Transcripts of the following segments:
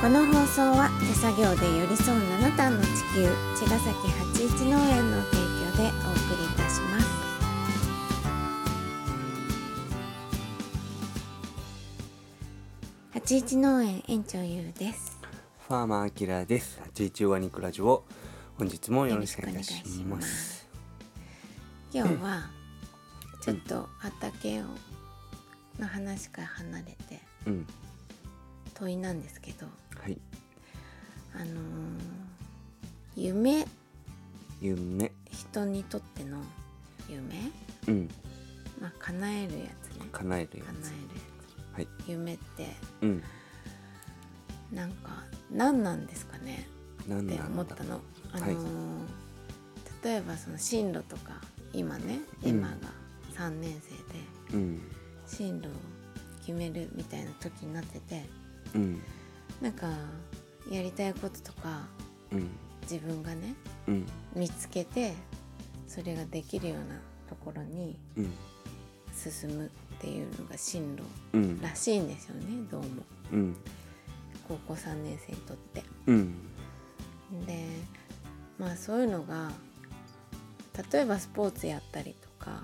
この放送は手作業で寄り添う7段の地球、茅ヶ崎八一農園の提供でお送りいたします。八一農園園長ゆうです。 ファーマーアキラです。八一オーガニックラジオ、本日もよろしくお願いします。 今日はちょっと畑の話から離れて、問いなんですけど、 はい、 夢、 人にとっての夢、叶えるやつね。 叶えるやつ、はい、 夢って、なんか何なんですかねって思ったの。例えばその進路とか、今ね、エマが3年生で、進路を決めるみたいな時になってて、なんかやりたいこととか、自分がね、見つけてそれができるようなところに進むっていうのが進路らしいんですよね、どうも、高校3年生にとって、で、まあそういうのが例えばスポーツやったりとか、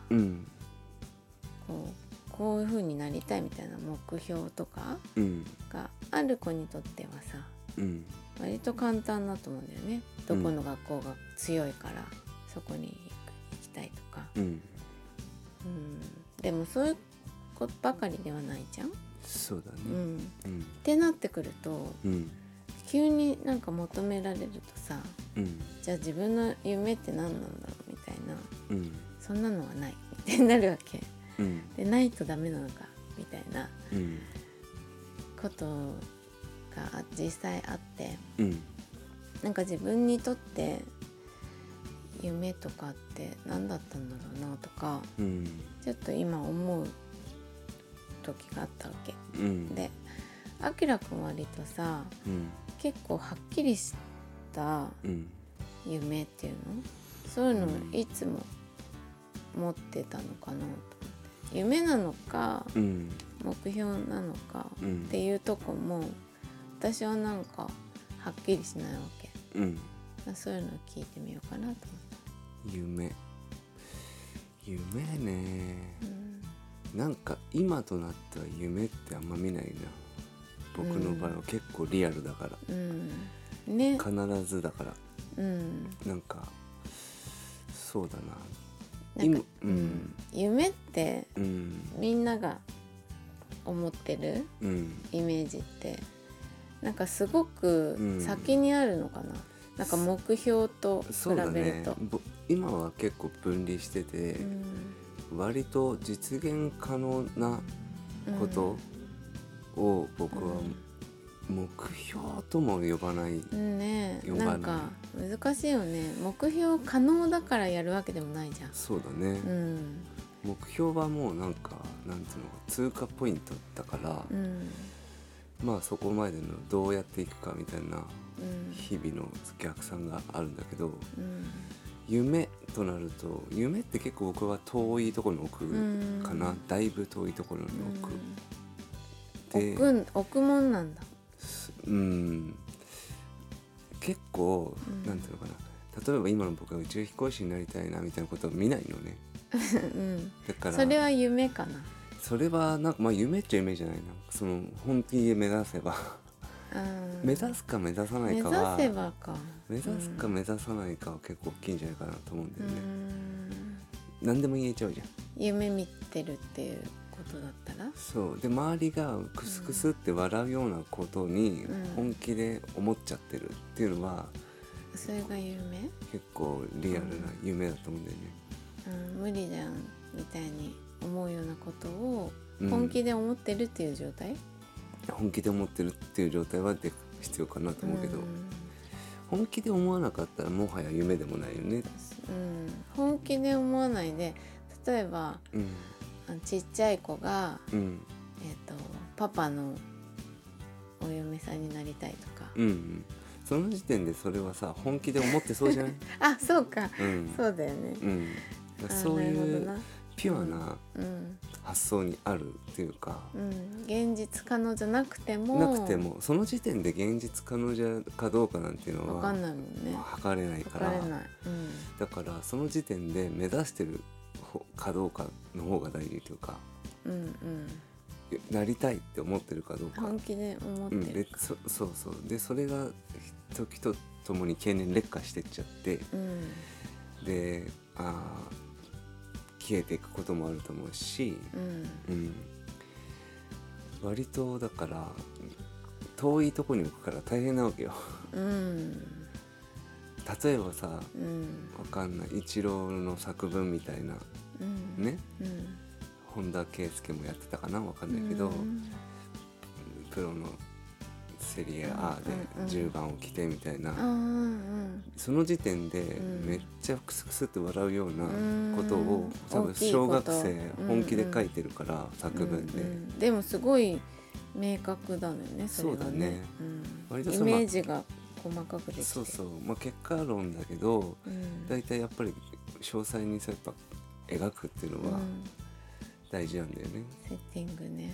こういう風になりたいみたいな目標とかがある子にとってはさ、割と簡単だと思うんだよね。どこの学校が強いからそこに行きたいとか、でもそういうことばかりではないじゃん。 そうだね、 ってなってくると、急になんか求められるとさ、じゃあ自分の夢って何なんだろうみたいな、そんなのはないってなるわけ、でないとダメなのかみたいなことが実際あって、なんか自分にとって夢とかって何だったんだろうなとか、ちょっと今思う時があったわけ、で、あきらくん割とさ、結構はっきりした夢っていうの、そういうのをいつも持ってたのかなと思って、夢なのか、目標なのかっていうとこも私はなんかはっきりしないわけ、そういうのを聞いてみようかなと思って。 夢ね、なんか今となっては夢ってあんま見ないな。僕の場合は結構リアルだから、ね、必ずだから、なんかそうだな、 なんか夢って、みんなが思ってるイメージってなんかすごく先にあるのかな、なんか目標と比べると、 今は結構分離してて、割と実現可能なことを僕は目標とも呼ばない、 なんか難しいよね。目標可能だからやるわけでもないじゃん。 そうだね、目標はもうなんかなんていうのか、通過ポイントだから、まあそこまでのどうやっていくかみたいな日々の逆算があるんだけど、夢となると、夢って結構僕は遠いところに置くかな、だいぶ遠いところに置く、 置くもんなんだ。 結構、なんていうのかな、例えば今の僕が宇宙飛行士になりたいなみたいなことは見ないのね、だからそれは夢かな。 それはなんか、まあ夢っちゃ夢じゃないな、その本気で目指せば目指すか目指さないかは、目指すか目指さないかは結構大きいんじゃないかなと思うんだよね。何でも言えちゃうじゃん、 夢見てるっていうことだったら。 そうで、周りがクスクスって笑うようなことに本気で思っちゃってるっていうのは、 それが夢？ 結構リアルな夢だと思うんだよね、 無理じゃんみたいに思うようなことを本気で思ってるっていう状態、 本気で思ってるっていう状態は必要かなと思うけど、本気で思わなかったらもはや夢でもないよね。 本気で思わないで、例えば、ちっちゃい子が、パパのお嫁さんになりたいとか、 その時点でそれはさ、本気で思ってそうじゃない？ あ、そうか、そうだよね、 そういうピュアな発想にあるっていうか、 現実可能じゃなくてもその時点で現実可能じゃかどうかなんていうのは分かんないもんね、 測れないから、だからその時点で目指してるかどうかの方が大事というか、なりたいって思ってるかどうか、 本気で思ってるか、 そうでそれが時とともに経年劣化してっちゃって、で消えていくこともあると思うし、割とだから遠いとこに置くから大変なわけよ、例えばさ、わかんないイチローの作文みたいな、ね、本田圭佑もやってたかな、わかんないけど、プロのセリエ A で10番を着てみたいな、その時点でめっちゃクスクスって笑うようなことを多分小学生本気で書いてるから、作文で、 でもすごい明確だよね、それはね。そうだね、割とイメージが細かくできて、 そう、結果論だけど、だいたいやっぱり詳細にやっぱ描くっていうのは大事なんだよね、 セッティングね。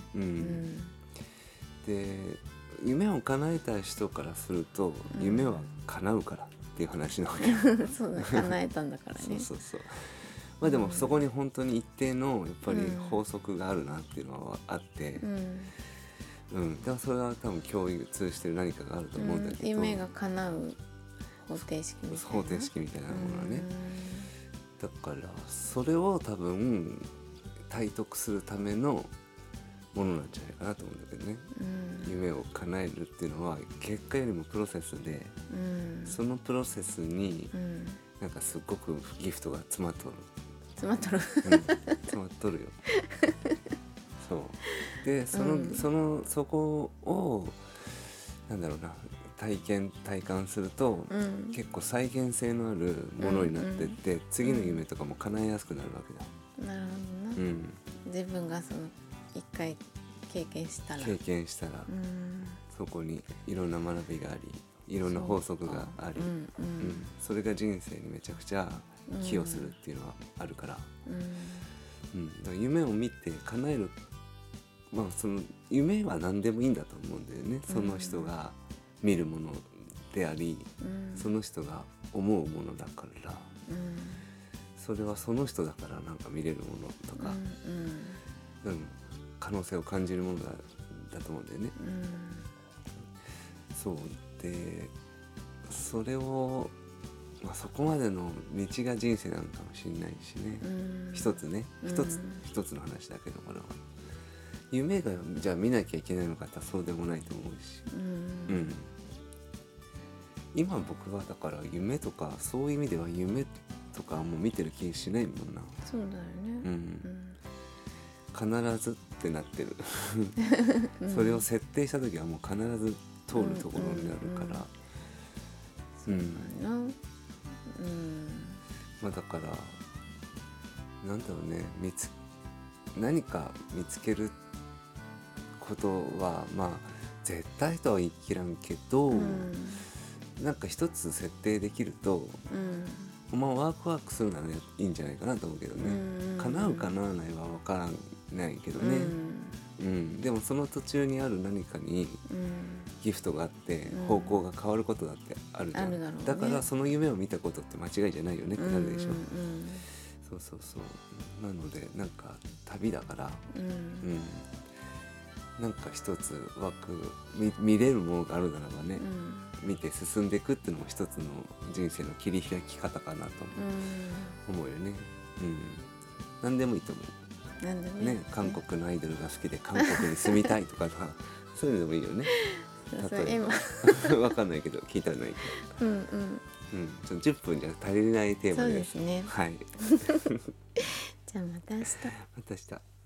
で夢を叶えた人からすると、夢は叶うからっていう話なわけそうだ、叶えたんだからね。 そうまあでもそこに本当に一定のやっぱり法則があるなっていうのはあって、だからそれは多分共通してる何かがあると思うんだけど、 夢が叶う方程式みたいな、 方程式みたいなものはね、だからそれを多分体得するためのものなんじゃないかなと思うんだけどね、夢を叶えるっていうのは結果よりもプロセスで、そのプロセスになんかすごくギフトが詰まっとる詰まっとるよそうでそこをなんだろうな、体感すると、結構再現性のあるものになってって、次の夢とかも叶えやすくなるわけだ。 なるほどな、自分がその一回経験したら、そこにいろんな学びがあり、いろんな法則があり、それが人生にめちゃくちゃ寄与するっていうのはあるから、だから夢を見て叶える、その夢は何でもいいんだと思うんだよね、その人が見るものであり、その人が思うものだから、それはその人だからなんか見れるものとか、可能性を感じるものだと思うんだよね。そうで、それを、そこまでの道が人生なのかもしれないしね、一つの話だけど、これは夢がじゃあ見なきゃいけないのかってそうでもないと思うし、今僕はだから夢とかそういう意味では夢とかもう見てる気しないもんな。 そうだよね、 必ずってなってるそれを設定した時はもう必ず通るところになるから、だからなんだろうね、何か見つけることは絶対とは言い切らんけど、なんか一つ設定できると、ワクワクするならいいんじゃないかなと思うけどね、叶うかなわないは分からないけどね、でもその途中にある何かにギフトがあって方向が変わることだってあるじゃん、だからその夢を見たことって間違いじゃないよねってなるでしょ、そうなのでなんか旅だから、なんか一つ見れるものがあるならばね、見て進んでいくっていうのも一つの人生の切り開き方かなと思うよね。何でもいいと思う。ね、韓国のアイドルが好きで韓国に住みたいとかさそういうのでもいいよね。例えばわかんないけど聞いたらないけど、10分じゃ足りないテーマです。 そうですね。 はい。 じゃあまた明日。 また明日。